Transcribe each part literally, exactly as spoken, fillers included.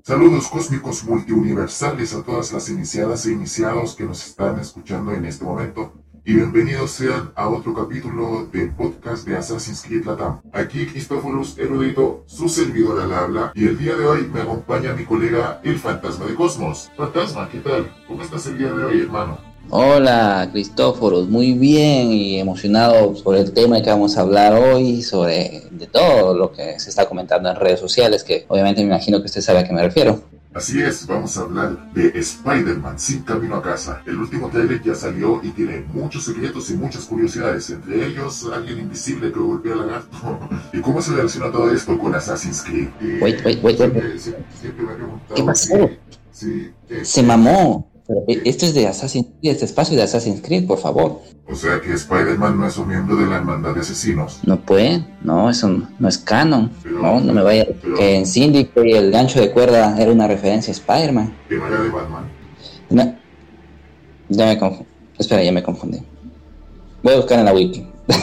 Saludos cósmicos multiuniversales a todas las iniciadas e iniciados que nos están escuchando en este momento. Y bienvenidos sean a otro capítulo del podcast de Assassin's Creed Latam. Aquí Cristóforos Erudito, su servidor al habla, y el día de hoy me acompaña mi colega el Fantasma de Cosmos. Fantasma, ¿qué tal? ¿Cómo estás el día de hoy, hermano? Hola Cristóforos, muy bien y emocionado sobre el tema que vamos a hablar hoy, sobre de todo lo que se está comentando en redes sociales, que obviamente me imagino que usted sabe a qué me refiero. Así es, vamos a hablar de Spider-Man Sin Camino a Casa. El último trailer ya salió y tiene muchos secretos y muchas curiosidades, entre ellos alguien invisible que golpea al lagarto. ¿Y cómo se relaciona todo esto con Assassin's Creed? Eh, Wait, wait, wait, siempre, wait. siempre, siempre me he preguntado ¿Qué pasó? si, si, eh, Se mamó. Pero esto es de Assassin's Creed, este espacio de Assassin's Creed, por favor. O sea que Spider-Man no es un miembro de la hermandad de asesinos. No puede, no, eso no, no es canon. Pero, No, no me vaya. pero, Que en Syndicate el gancho de cuerda era una referencia a Spider-Man. que no era de Batman. No, ya me confundí. Espera, ya me confundí. Voy a buscar en la wiki. No,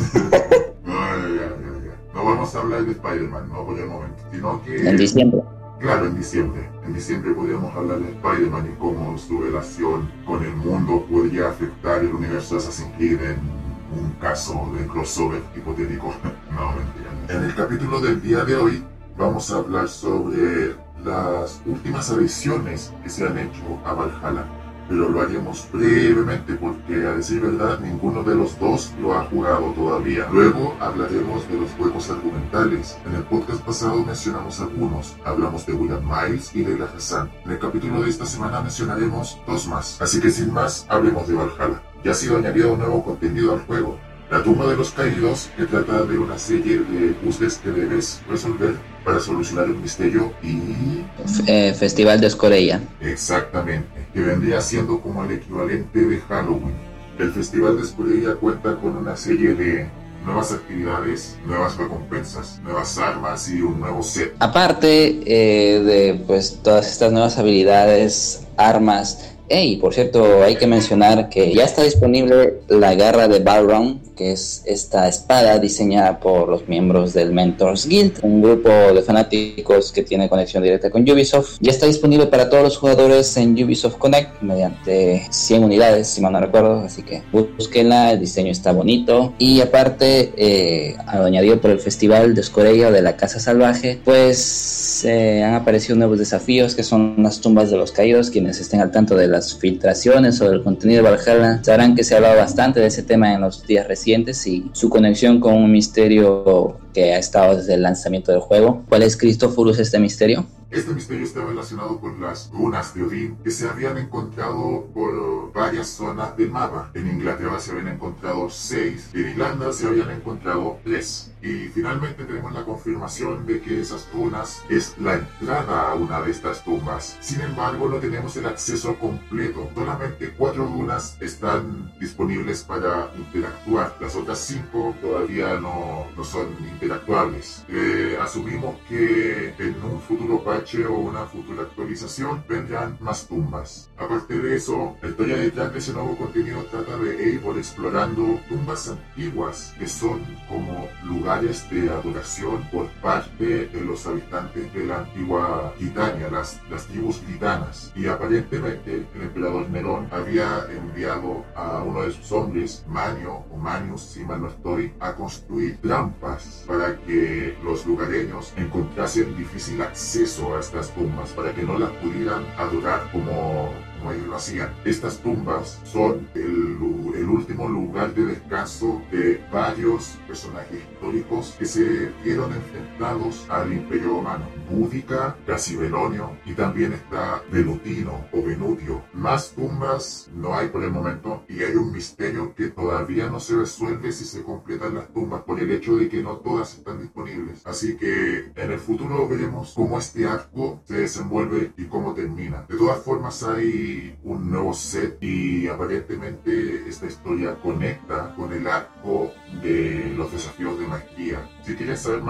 ya, ya, ya, ya. No vamos a hablar de Spider-Man, no por el momento, sino que... En diciembre. Claro, en diciembre. En diciembre podríamos hablar de Spider-Man y cómo su relación con el mundo podría afectar el universo de Assassin's Creed en un caso de crossover hipotético. No, mentira. En el capítulo del día de hoy vamos a hablar sobre las últimas adiciones que se han hecho a Valhalla. Pero lo haremos brevemente porque, a decir verdad, ninguno de los dos lo ha jugado todavía. Luego hablaremos de los juegos argumentales. En el podcast pasado mencionamos algunos. Hablamos de William Miles y de la Hassan. En el capítulo de esta semana mencionaremos dos más. Así que sin más, hablemos de Valhalla. Ya ha sido añadido un nuevo contenido al juego. La tumba de los caídos, que trata de una serie de puzzles que debes resolver para solucionar un misterio y... Eh, Festival de Escorella. Exactamente, que vendría siendo como el equivalente de Halloween. El Festival de Escorella cuenta con una serie de nuevas actividades, nuevas recompensas, nuevas armas y un nuevo set. Aparte eh, de pues todas estas nuevas habilidades, armas. Hey, por cierto, hay que mencionar que ya está disponible la garra de Balrog, que es esta espada diseñada por los miembros del Mentors Guild, un grupo de fanáticos que tiene conexión directa con Ubisoft. Ya está disponible para todos los jugadores en Ubisoft Connect mediante cien unidades, si mal no recuerdo, así que búsquenla, el diseño está bonito. Y aparte, eh, añadido por el Festival de Escorella de la Casa Salvaje, pues eh, han aparecido nuevos desafíos que son las tumbas de los caídos. Quienes estén al tanto de las filtraciones o del contenido de Valhalla sabrán que se ha hablado bastante de ese tema en los días recientes y su conexión con un misterio que ha estado desde el lanzamiento del juego. ¿Cuál es, Cristóforos, este misterio? Este misterio está relacionado con las runas de Odín que se habían encontrado por varias zonas del mapa. En Inglaterra se habían encontrado seis, en Irlanda se habían encontrado tres. Y finalmente tenemos la confirmación de que esas runas es la entrada a una de estas tumbas. Sin embargo, no tenemos el acceso completo. Solamente cuatro runas están disponibles para interactuar. Las otras cinco todavía no, no son interactuables. Eh, asumimos que en un futuro patch o una futura actualización vendrán más tumbas. Aparte de eso, la historia detrás de ese nuevo contenido trata de Eivor explorando tumbas antiguas que son como lugares de adoración por parte de los habitantes de la antigua Titania, las, las tribus gitanas. Y aparentemente el emperador Nerón había enviado a uno de sus hombres, Manio o Manius, si mal no estoy, a construir trampas para que los lugareños encontrasen difícil acceso a estas tumbas, para que no las pudieran adorar como, como ellos lo hacían. Estas tumbas son el, el último lugar de descanso de varios personajes históricos que se vieron enfrentados al Imperio Romano. Búdica, Casibelonio y también está Venutino o Venutio. Más tumbas no hay por el momento y hay un misterio que todavía no se resuelve si se completan las tumbas por el hecho de que no todas están disponibles. Así que en el futuro veremos cómo este arco se desenvuelve y cómo termina. De todas formas hay un nuevo set y aparentemente esta historia conecta con el arco de los desafíos de maestría. Si quieres saber más,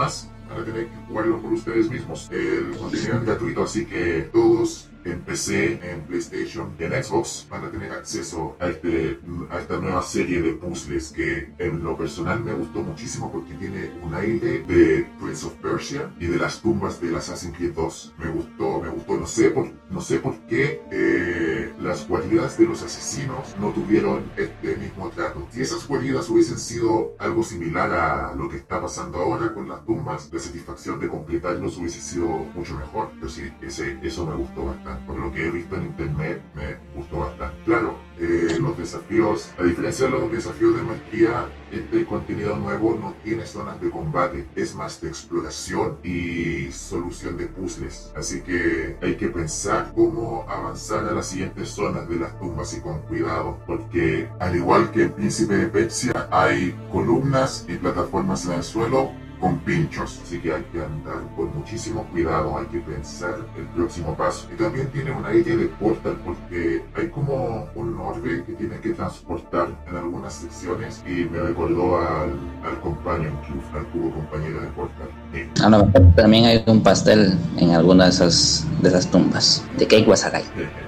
van a tener que jugarlo por ustedes mismos. El contenido es gratuito, así que todos en P C, en PlayStation y en Xbox van a tener acceso a, este, a esta nueva serie de puzzles que en lo personal me gustó muchísimo porque tiene un aire de Prince of Persia y de las tumbas del Assassin's Creed dos. Me gustó, me gustó, no sé por, no sé por qué eh, las guaridas de los asesinos no tuvieron este mismo trato. Si esas guaridas hubiesen sido algo similar a lo que está pasando ahora con las tumbas, la satisfacción de completarlos hubiese sido mucho mejor. Pero sí, ese, eso me gustó bastante. Por lo que he visto en internet, me gustó bastante. Claro, eh, los desafíos, a diferencia de los desafíos de maestría, este contenido nuevo no tiene zonas de combate, es más de exploración y solución de puzzles. Así que hay que pensar cómo avanzar a las siguientes zonas de las tumbas y con cuidado, porque al igual que en Príncipe de Persia, hay columnas y plataformas en el suelo con pinchos, así que hay que andar con muchísimo cuidado, hay que pensar el próximo paso. Y también tiene un aire de Portal porque hay como un orbe que tiene que transportar en algunas secciones y me recordó al, al Companion Cube, al cubo compañero de Portal. Sí. A lo mejor también hay un pastel en alguna de esas, de esas tumbas, de Cake Wasagai.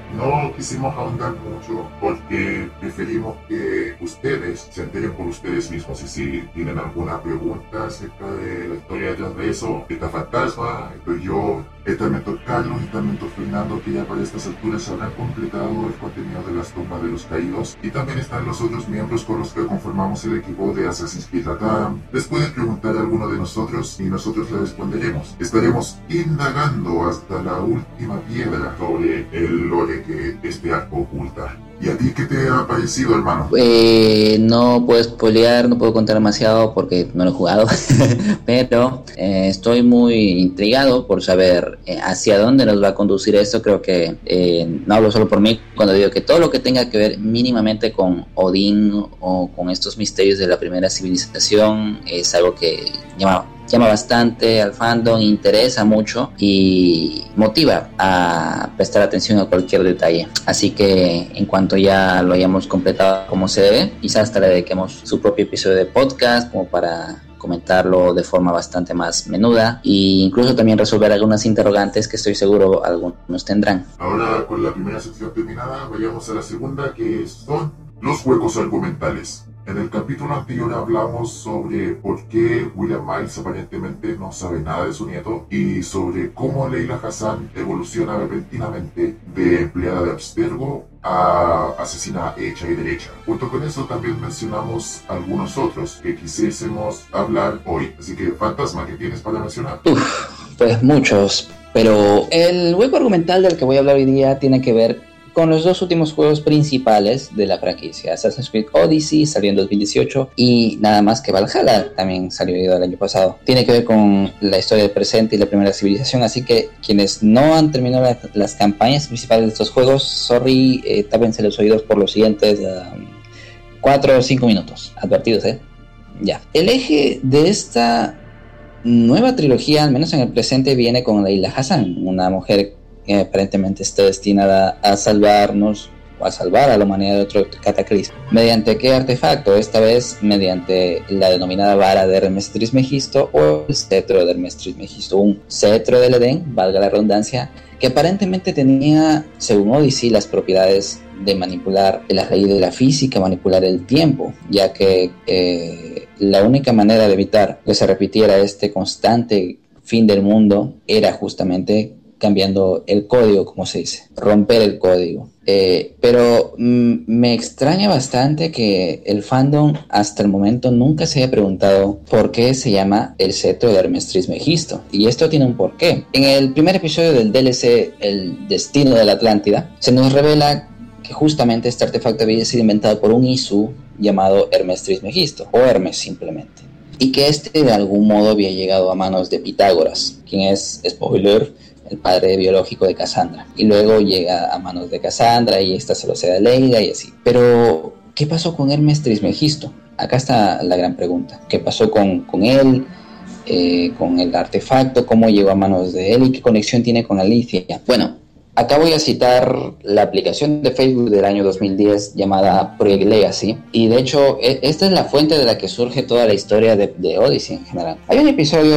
No quisimos ahondar mucho porque preferimos que ustedes se enteren por ustedes mismos y si tienen alguna pregunta acerca de la historia detrás de eso, está Fantasma, estoy yo, está el mentor Carlos, está el mentor Fernando, que ya para estas alturas habrán completado el contenido de las tumbas de los caídos, y también están los otros miembros con los que conformamos el equipo de Assassin's Creed Latam. Les pueden preguntar a alguno de nosotros y nosotros les responderemos. Estaremos indagando hasta la última piedra sobre el lore que este arco oculta. ¿Y a ti qué te ha parecido, hermano? Eh, no puedo spoilear, no puedo contar demasiado porque no lo he jugado, pero eh, estoy muy intrigado por saber eh, hacia dónde nos va a conducir esto. Creo que eh, no hablo solo por mí cuando digo que todo lo que tenga que ver mínimamente con Odín o con estos misterios de la primera civilización es algo que llama llama bastante al fandom, interesa mucho y motiva a prestar atención a cualquier detalle. Así que en cuanto ya lo hayamos completado como se debe, quizás hasta le dediquemos su propio episodio de podcast como para comentarlo de forma bastante más menuda e incluso también resolver algunas interrogantes que estoy seguro algunos tendrán. Ahora, con la primera sección terminada, vayamos a la segunda, que son los huecos argumentales. En el capítulo anterior hablamos sobre por qué William Miles aparentemente no sabe nada de su nieto y sobre cómo Layla Hassan evoluciona repentinamente de empleada de Abstergo a asesina hecha y derecha. Junto con eso también mencionamos algunos otros que quisiésemos hablar hoy. Así que, Fantasma, ¿qué tienes para mencionar? Uf, pues muchos, pero el hueco argumental del que voy a hablar hoy día tiene que ver con los dos últimos juegos principales de la franquicia. Assassin's Creed Odyssey salió en dos mil dieciocho y nada más que Valhalla también salió el año pasado. Tiene que ver con la historia del presente y la primera civilización, así que quienes no han terminado la, las campañas principales de estos juegos, sorry, eh, tápense los oídos por los siguientes cuatro o cinco minutos. Advertidos, ¿eh? Ya. El eje de esta nueva trilogía, al menos en el presente, viene con Layla Hassan, una mujer que aparentemente está destinada a salvarnos o a salvar a la humanidad de otro cataclismo. ¿Mediante qué artefacto? Esta vez mediante la denominada vara de Hermes Trismegisto o el cetro de Hermes Trismegisto, un cetro del Edén, valga la redundancia, que aparentemente tenía, según Odyssey, las propiedades de manipular las leyes de la física, manipular el tiempo, ya que eh, la única manera de evitar que se repitiera este constante fin del mundo era justamente cambiando el código, como se dice, romper el código. Eh, pero mm, me extraña bastante que el fandom hasta el momento nunca se haya preguntado por qué se llama el cetro de Hermes Trismegisto. Y esto tiene un porqué. En el primer episodio del D L C, El Destino de la Atlántida, se nos revela que justamente este artefacto había sido inventado por un Isu llamado Hermes Trismegisto, o Hermes simplemente, y que este de algún modo había llegado a manos de Pitágoras, quien es, spoiler, el padre biológico de Cassandra, y luego llega a manos de Cassandra y esta se lo cede a Layla y así. Pero, ¿qué pasó con Hermes Trismegisto? Acá está la gran pregunta. ¿Qué pasó con, con él, eh, con el artefacto? ¿Cómo llegó a manos de él y qué conexión tiene con Alicia? Bueno, acá voy a citar la aplicación de Facebook del año dos mil diez llamada Project Legacy, y de hecho esta es la fuente de la que surge toda la historia de, de Odyssey en general. Hay un episodio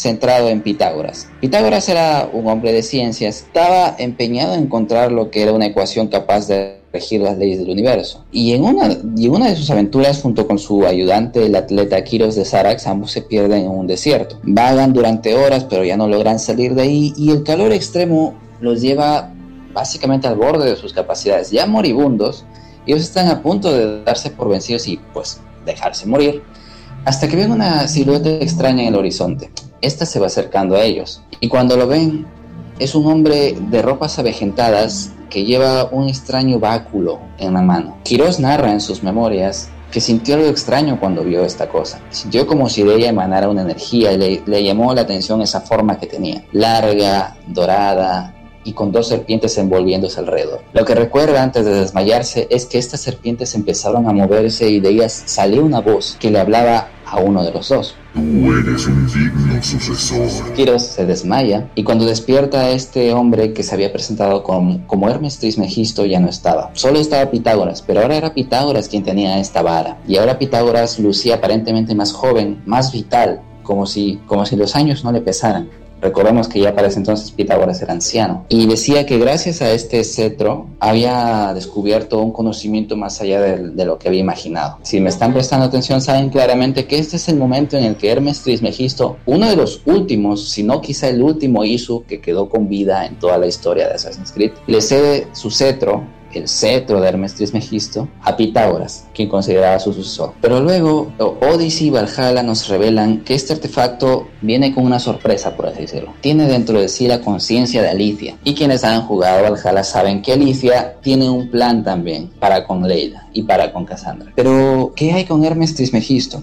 centrado en Pitágoras. Pitágoras era un hombre de ciencias, estaba empeñado en encontrar lo que era una ecuación capaz de regir las leyes del universo. Y en una, y en una de sus aventuras, junto con su ayudante, el atleta Quiros de Sarax, ambos se pierden en un desierto. Vagan durante horas, pero ya no logran salir de ahí, y el calor extremo los lleva básicamente al borde de sus capacidades. Ya moribundos, ellos están a punto de darse por vencidos y pues dejarse morir, hasta que ven una silueta extraña en el horizonte. Esta se va acercando a ellos, y cuando lo ven, es un hombre de ropas avejentadas que lleva un extraño báculo en la mano. Quirós narra en sus memorias que sintió algo extraño cuando vio esta cosa. Sintió como si de ella emanara una energía y le, le llamó la atención esa forma que tenía, larga, dorada y con dos serpientes envolviéndose alrededor. Lo que recuerda antes de desmayarse es que estas serpientes empezaron a moverse y de ellas salió una voz que le hablaba a uno de los dos. Tú eres un digno sucesor. Quiros se desmaya y cuando despierta, este hombre que se había presentado como, como Hermes Trismegisto ya no estaba. Solo estaba Pitágoras, pero ahora era Pitágoras quien tenía esta vara. Y ahora Pitágoras lucía aparentemente más joven, más vital, como si, como si los años no le pesaran. Recordemos que ya para ese entonces Pitágoras era anciano. Y decía que gracias a este cetro había descubierto un conocimiento más allá de, de lo que había imaginado. Si me están prestando atención, saben claramente que este es el momento en el que Hermes Trismegisto, uno de los últimos, si no quizá el último Isu que quedó con vida en toda la historia de Assassin's Creed, le cede su cetro, el cetro de Hermes Trismegisto, a Pitágoras, quien consideraba su sucesor. Pero luego Odyssey y Valhalla nos revelan que este artefacto viene con una sorpresa, por así decirlo. Tiene dentro de sí la conciencia de Alicia, y quienes han jugado Valhalla saben que Alicia tiene un plan también para con Leila y para con Cassandra. Pero ¿qué hay con Hermes Trismegisto?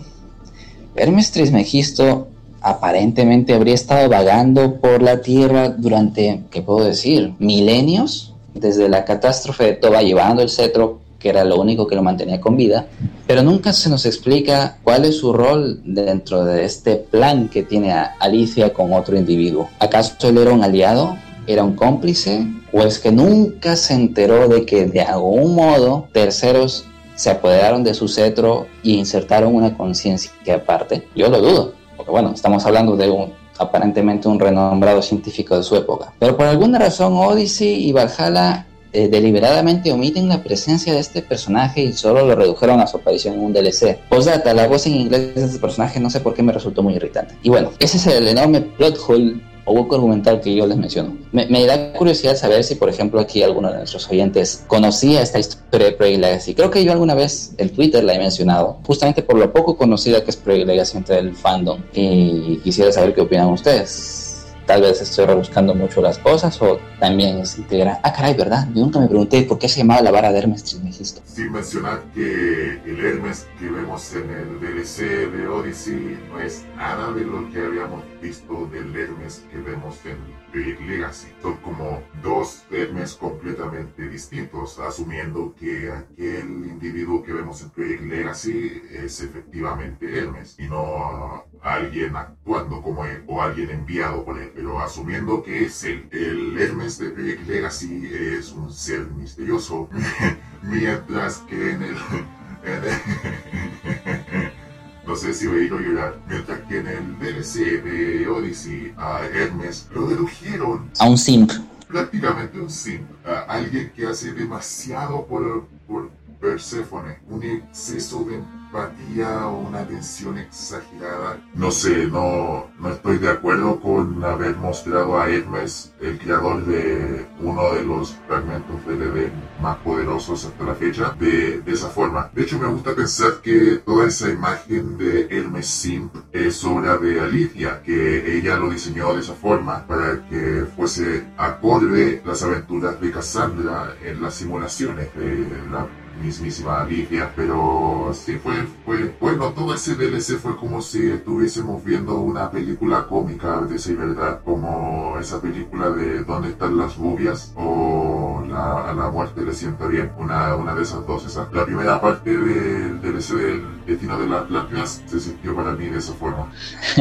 Hermes Trismegisto aparentemente habría estado vagando por la tierra durante, ¿qué puedo decir?, milenios, desde la catástrofe de Toba, llevando el cetro, que era lo único que lo mantenía con vida, pero nunca se nos explica cuál es su rol dentro de este plan que tiene a Alicia con otro individuo. ¿Acaso él era un aliado? ¿Era un cómplice? ¿O es que nunca se enteró de que de algún modo terceros se apoderaron de su cetro y insertaron una conciencia aparte? Yo lo dudo, porque bueno, estamos hablando de un aparentemente un renombrado científico de su época. Pero por alguna razón Odyssey y Valhalla eh, deliberadamente omiten la presencia de este personaje y solo lo redujeron a su aparición en un D L C. Postdata, la voz en inglés de este personaje no sé por qué me resultó muy irritante. Y bueno, ese es el enorme plot hole o hueco argumental que yo les menciono. Me, me da curiosidad saber si, por ejemplo, aquí alguno de nuestros oyentes conocía esta historia de Project Legacy. Creo que yo alguna vez en Twitter la he mencionado, justamente por lo poco conocida que es Project Legacy entre el fandom. Y quisiera saber qué opinan ustedes. Tal vez estoy rebuscando mucho las cosas o también se integra. Ah, caray, ¿verdad? Yo nunca me pregunté por qué se llamaba la vara de Hermes Trismegisto. Sin mencionar que el Hermes que vemos en el D L C de Odyssey no es nada de lo que habíamos visto del Hermes que vemos en Project Legacy. Son como dos Hermes completamente distintos, asumiendo que aquel individuo que vemos en Project Legacy es efectivamente Hermes y no uh, alguien actuando como él o alguien enviado por él, pero asumiendo que es él. El Hermes de Project Legacy es un ser misterioso, mientras que en el... En el no sé si voy a ir a llorar. Mientras que en el D L C de Odyssey a Hermes lo redujeron a un simp. Prácticamente un simp. A alguien que hace demasiado por, por Perséfone. Un exceso de empatía o una atención exagerada. No sé, no, no estoy de acuerdo con haber mostrado a Hermes, el creador de uno de los fragmentos del Edén más poderosos hasta la fecha, de, de esa forma. De hecho, me gusta pensar que toda esa imagen de Hermes Simp es obra de Alicia, que ella lo diseñó de esa forma para que fuese acorde las aventuras de Cassandra en las simulaciones de la mismísima Alicia, pero sí fue, fue, bueno, todo ese D L C fue como si estuviésemos viendo una película cómica de esa verdad, como esa película de ¿Dónde están las rubias? O la, a la muerte le sienta bien, una, una de esas dos. Esa. La primera parte del D L C del Destino de las Atlas se sintió para mí de esa forma.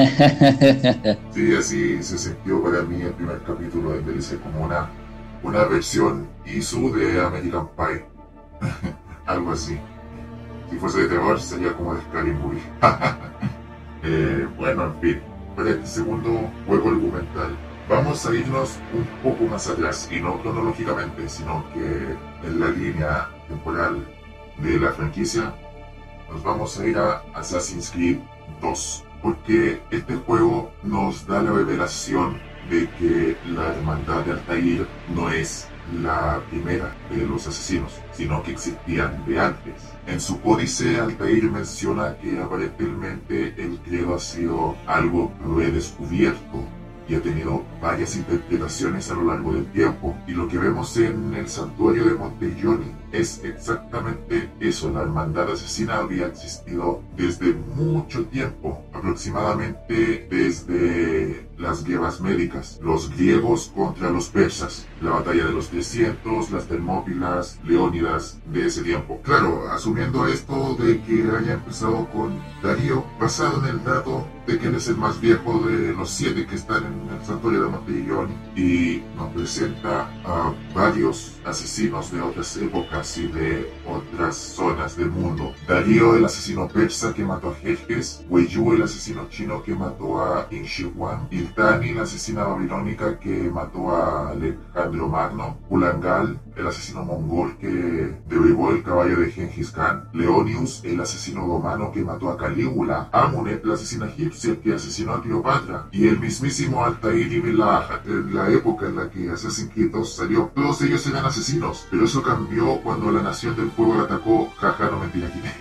Sí, así se sintió para mí el primer capítulo del D L C, como una, una versión Isu de American Pie. Algo así. Si fuese de terror sería como de Scary Movie. eh, bueno, en fin. para este segundo juego argumental. Vamos a irnos un poco más atrás, y no cronológicamente, sino que en la línea temporal de la franquicia. Nos vamos a ir a Assassin's Creed dos, porque este juego nos da la revelación de que la hermandad de Altair no es la primera de los asesinos, sino que existían de antes. En su códice, Altair menciona que aparentemente el credo ha sido algo redescubierto y ha tenido varias interpretaciones a lo largo del tiempo, y lo que vemos en el santuario de Monteglioni es exactamente eso. La hermandad asesina había existido desde mucho tiempo, aproximadamente desde las guerras médicas, los griegos contra los persas, la batalla de los trescientos, las Termópilas, Leónidas de ese tiempo. Claro, asumiendo esto de que haya empezado con Darío, basado en el dato de que él es el más viejo de los siete que están en el santuario de Monteglioni, y nos presenta a varios asesinos de otras épocas y de otras zonas del mundo. Darío, el asesino persa que mató a Jerjes, Weiju, el asesino chino que mató a Inshi-Huang, Iltani, la asesina babilónica que mató a Alejandro Magno, Ulangal, el asesino mongol que derribó el caballo de Gengis Khan, Leonius, el asesino romano que mató a Calígula, Amunet, la asesina egipcia que asesinó a Cleopatra, y el mismísimo Altair ibn Lahad, en la época en la que Assassin's Creed dos salió. Todos ellos eran asesinos, pero eso cambió cuando la Nación del Fuego la atacó. Jaja, no mentira aquí.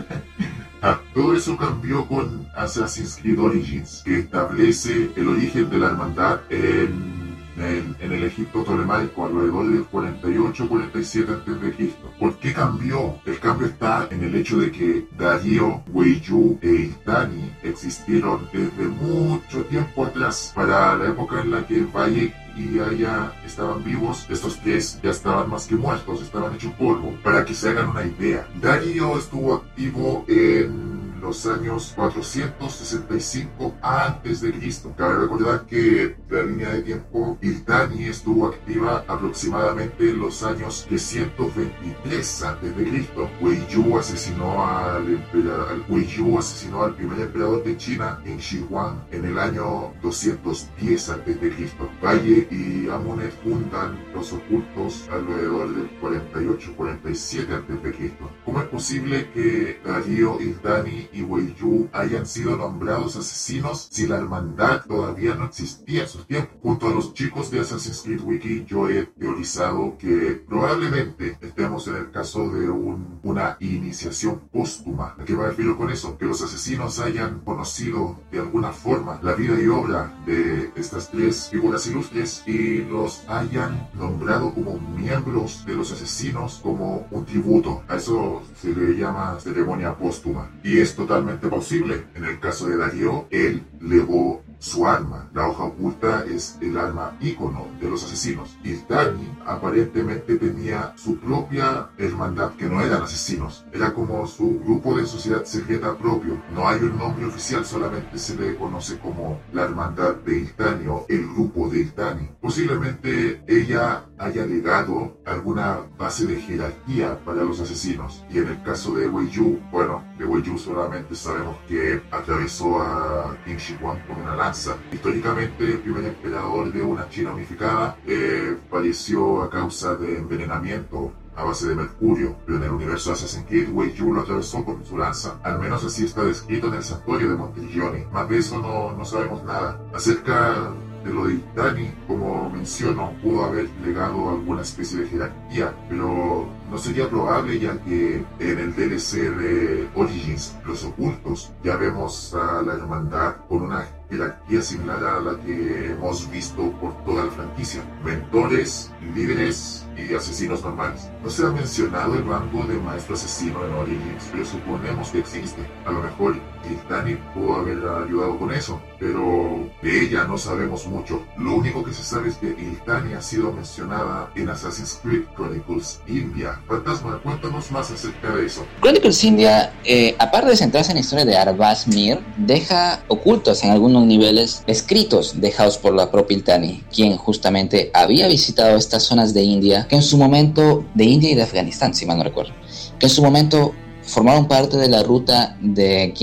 Ah, todo eso cambió con Assassin's Creed Origins, que establece el origen de la hermandad en En, en el Egipto Ptolemaico alrededor del cuarenta y ocho cuarenta y siete antes de Cristo. ¿Por qué cambió? El cambio está en el hecho de que Darío, Weiju e Iltani existieron desde mucho tiempo atrás. Para la época en la que Bayek y Aya estaban vivos, estos tres ya estaban más que muertos, estaban hechos polvo. Para que se hagan una idea, Darío estuvo activo en los años cuatrocientos sesenta y cinco antes de Cristo. Cabe recordar que la línea de tiempo, Iltani estuvo activa aproximadamente en los años trescientos veintitrés antes de Cristo. Weiju asesinó al emperador, Weiju asesinó al primer emperador de China, Inshi-Huang, en el año doscientos diez antes de Cristo. Valle y Amunet fundan los ocultos alrededor del cuarenta y ocho cuarenta y siete antes de Cristo. ¿Cómo es posible que Darío, Iltani y Weiju hayan sido nombrados asesinos si la hermandad todavía no existía en sus tiempos? Junto a los chicos de Assassin's Creed Wiki, yo he teorizado que probablemente estemos en el caso de un, una iniciación póstuma. ¿A qué me refiero con eso? Que los asesinos hayan conocido de alguna forma la vida y obra de estas tres figuras ilustres y los hayan nombrado como miembros de los asesinos, como un tributo. A eso se le llama ceremonia póstuma. Y esto totalmente posible. En el caso de Darío, él legó su arma. La hoja oculta es el arma ícono de los asesinos. Iltani aparentemente tenía su propia hermandad, que no eran asesinos. Era como su grupo de sociedad secreta propio. No hay un nombre oficial, solamente se le conoce como la hermandad de Iltani o el grupo de Iltani. Posiblemente ella haya legado alguna base de jerarquía para los asesinos. Y en el caso de Weiju, bueno, de Weiju solamente sabemos que atravesó a Inshi-Huang con una lanza. Históricamente, el primer emperador de una China unificada eh, falleció a causa de envenenamiento a base de mercurio, pero en el universo de Assassin's Creed, Weiju lo atravesó con su lanza. Al menos así está descrito en el santuario de Monteglioni. Más de eso no, no sabemos nada. Acerca de lo de Iltani, como menciono, pudo haber legado alguna especie de jerarquía, pero no sería probable, ya que en el D L C de Origins, Los Ocultos, ya vemos a la hermandad con una jerarquía similar a la que hemos visto por toda la franquicia: mentores, líderes y asesinos normales. No se ha mencionado el rango de maestro asesino en Origins, pero suponemos que existe. A lo mejor Iltani pudo haber ayudado con eso, pero de ella no sabemos mucho. Lo único que se sabe es que Iltani ha sido mencionada en Assassin's Creed Chronicles India. Fantasma, cuéntanos más acerca de eso. Chronicles India, eh, aparte de centrarse en la historia de Arbaz Mir, deja ocultos en algunos niveles escritos dejados por la propia Iltani, quien justamente había visitado estas zonas de India, que en su momento, de India y de Afganistán, si mal no recuerdo, que en su momento formaron parte de la ruta de quien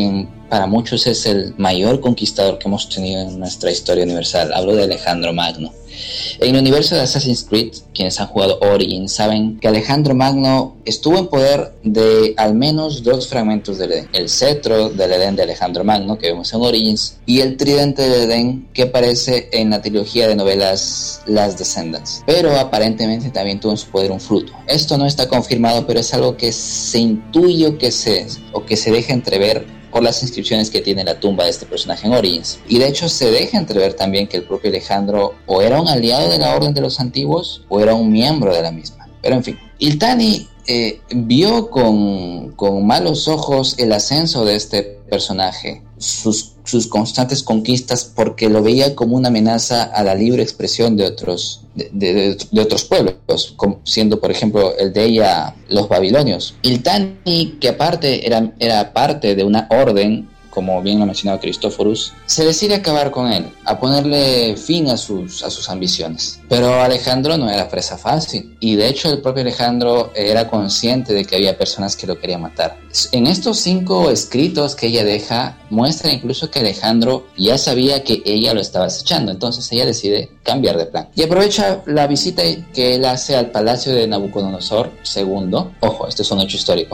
para muchos es el mayor conquistador que hemos tenido en nuestra historia universal. Hablo de Alejandro Magno. En el universo de Assassin's Creed, quienes han jugado Origins saben que Alejandro Magno estuvo en poder de al menos dos fragmentos del Edén: el cetro del Edén de Alejandro Magno, que vemos en Origins, y el tridente del Edén, que aparece en la trilogía de novelas Last Descendants. Pero aparentemente también tuvo en su poder un fruto. Esto no está confirmado, pero es algo que se intuye que se, o que se deja entrever por las inscripciones que tiene la tumba de este personaje en Origins. Y de hecho se deja entrever también que el propio Alejandro o era un aliado de la Orden de los Antiguos o era un miembro de la misma. Pero en fin, Iltani eh, vio con, con malos ojos el ascenso de este personaje, sus, sus constantes conquistas, porque lo veía como una amenaza a la libre expresión de otros, de, de, de otros pueblos, como siendo por ejemplo el de ella los babilonios. Iltani, que aparte era, era parte de una orden, como bien lo ha mencionado Cristóforos, se decide acabar con él, a ponerle fin a sus, a sus ambiciones. Pero Alejandro no era presa fácil, y de hecho el propio Alejandro era consciente de que había personas que lo querían matar. En estos cinco escritos que ella deja, muestra incluso que Alejandro ya sabía que ella lo estaba acechando, entonces ella decide cambiar de plan. Y aprovecha la visita que él hace al palacio de Nabucodonosor segundo, ojo, esto es un hecho histórico,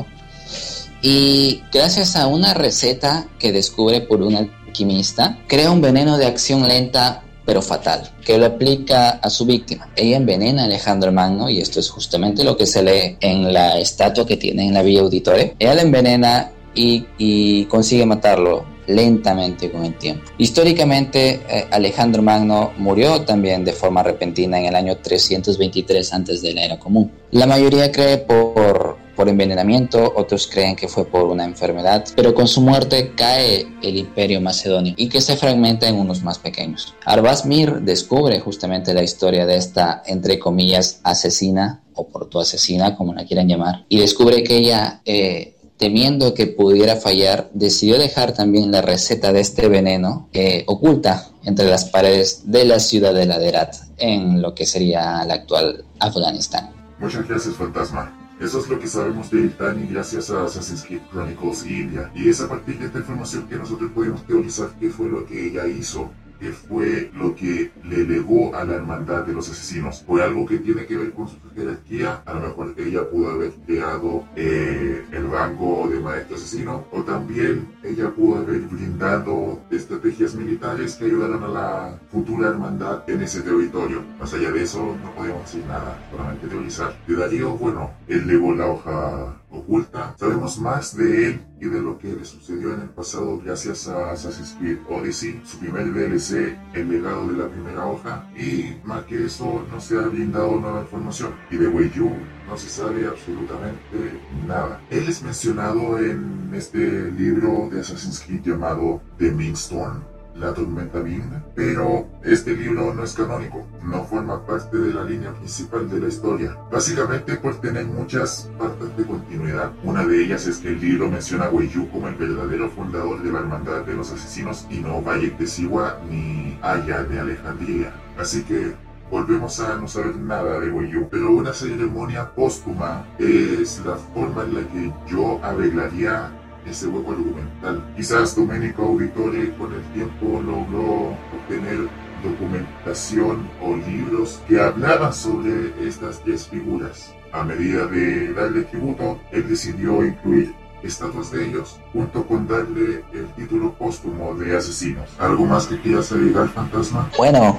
y gracias a una receta que descubre por un alquimista, crea un veneno de acción lenta pero fatal, que lo aplica a su víctima. Ella envenena a Alejandro Magno, y esto es justamente lo que se lee en la estatua que tiene en la Villa Auditore. Ella lo envenena y, y consigue matarlo lentamente con el tiempo. Históricamente, eh, Alejandro Magno murió también de forma repentina en el año trescientos veintitrés antes de la Era Común. La mayoría cree por, por envenenamiento, otros creen que fue por una enfermedad, pero con su muerte cae el Imperio Macedonio y que se fragmenta en unos más pequeños. Arbaz Mir descubre justamente la historia de esta, entre comillas, asesina, o protoasesina, como la quieran llamar, y descubre que ella... Eh, temiendo que pudiera fallar, decidió dejar también la receta de este veneno eh, oculta entre las paredes de la ciudadela de Herat, en lo que sería la actual Afganistán. Muchas gracias, Fantasma. Eso es lo que sabemos de Iltani gracias a Assassin's Creed Chronicles India. Y es a partir de esta información que nosotros podemos teorizar qué fue lo que ella hizo, qué fue lo que le legó a la hermandad de los asesinos. Fue algo que tiene que ver con su jerarquía. A lo mejor ella pudo haber creado eh, el rango de maestro asesino, o también ella pudo haber brindado estrategias militares que ayudaran a la futura hermandad en ese territorio. Más allá de eso no podemos decir nada, solamente teorizar. De Darío, bueno, él legó la hoja oculta. Sabemos más de él y de lo que le sucedió en el pasado gracias a Assassin's Creed Odyssey, su primer D L C, el legado de la primera hoja, y más que eso no se ha brindado nueva información. Y de Wei Yu no se sabe absolutamente nada. Él es mencionado en este libro de Assassin's Creed llamado The Mindstorm, la tormenta Ming, pero este libro no es canónico, no forma parte de la línea principal de la historia, básicamente por tener muchas partes de continuidad. Una de ellas es que el libro menciona a Wei Yu como el verdadero fundador de la hermandad de los asesinos y no Bayek de Siwa ni Aya de Alejandría, así que volvemos a no saber nada de Wei Yu. Pero una ceremonia póstuma es la forma en la que yo arreglaría ese hueco argumental. Quizás Domenico Auditore con el tiempo logró obtener documentación o libros que hablaban sobre estas tres figuras. A medida de darle tributo, él decidió incluir estatuas de ellos, junto con darle el título póstumo de asesinos. ¿Algo más que quieras agregar, Fantasma? Bueno,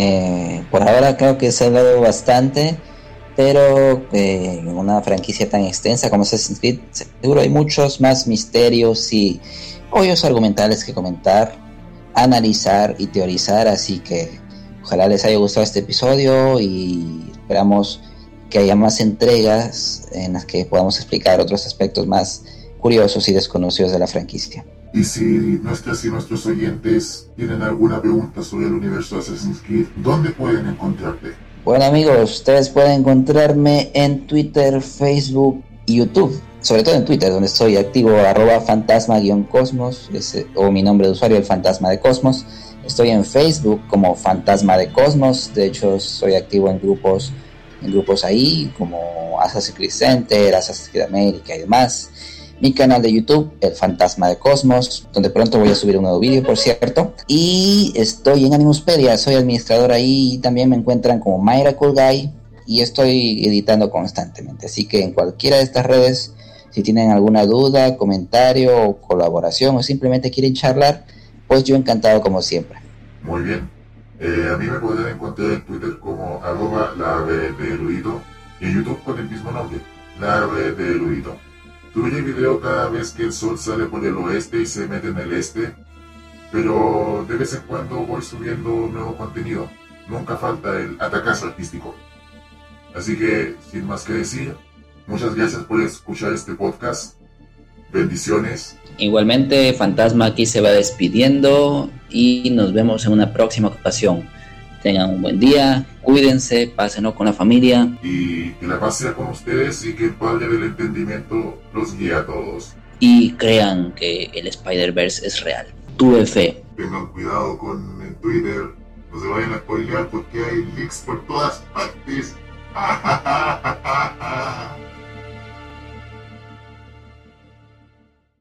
eh, por ahora creo que se ha hablado bastante, pero eh, en una franquicia tan extensa como Assassin's Creed, seguro hay muchos más misterios y hoyos argumentales que comentar, analizar y teorizar, así que ojalá les haya gustado este episodio y esperamos que haya más entregas en las que podamos explicar otros aspectos más curiosos y desconocidos de la franquicia. Y si nuestras y nuestros oyentes tienen alguna pregunta sobre el universo de Assassin's Creed, ¿dónde pueden encontrarte? Bueno amigos, ustedes pueden encontrarme en Twitter, Facebook y YouTube. Sobre todo en Twitter, donde estoy activo, arroba fantasma-cosmos, o mi nombre de usuario, el Fantasma de Cosmos. Estoy en Facebook como Fantasma de Cosmos. De hecho, soy activo en grupos, en grupos ahí, como Assassin's Creed Center, Assassin's Creed América y demás. mi canal de YouTube, El Fantasma de Cosmos, donde pronto voy a subir un nuevo vídeo, por cierto. Y estoy en Animuspedia, soy administrador ahí, y también me encuentran como Mayra Cool Guy, y estoy editando constantemente. Así que en cualquiera de estas redes, si tienen alguna duda, comentario o colaboración, o simplemente quieren charlar, pues yo encantado como siempre. Muy bien. Eh, a mí me podrán encontrar en Twitter como arroba la ave de erudito y en YouTube con el mismo nombre, la ave de erudito. Subiré video cada vez que el sol sale por el oeste y se mete en el este, pero de vez en cuando voy subiendo nuevo contenido. Nunca falta el atacazo artístico. Así que, sin más que decir, muchas gracias por escuchar este podcast. Bendiciones. Igualmente, Fantasma aquí se va despidiendo y nos vemos en una próxima ocasión. Tengan un buen día, cuídense, pásenlo con la familia. Y que la paz sea con ustedes y que el Padre del Entendimiento los guíe a todos. Y crean que el Spider-Verse es real. Tuve fe. Tengan cuidado con el Twitter. No se vayan a spoilear porque hay leaks por todas partes.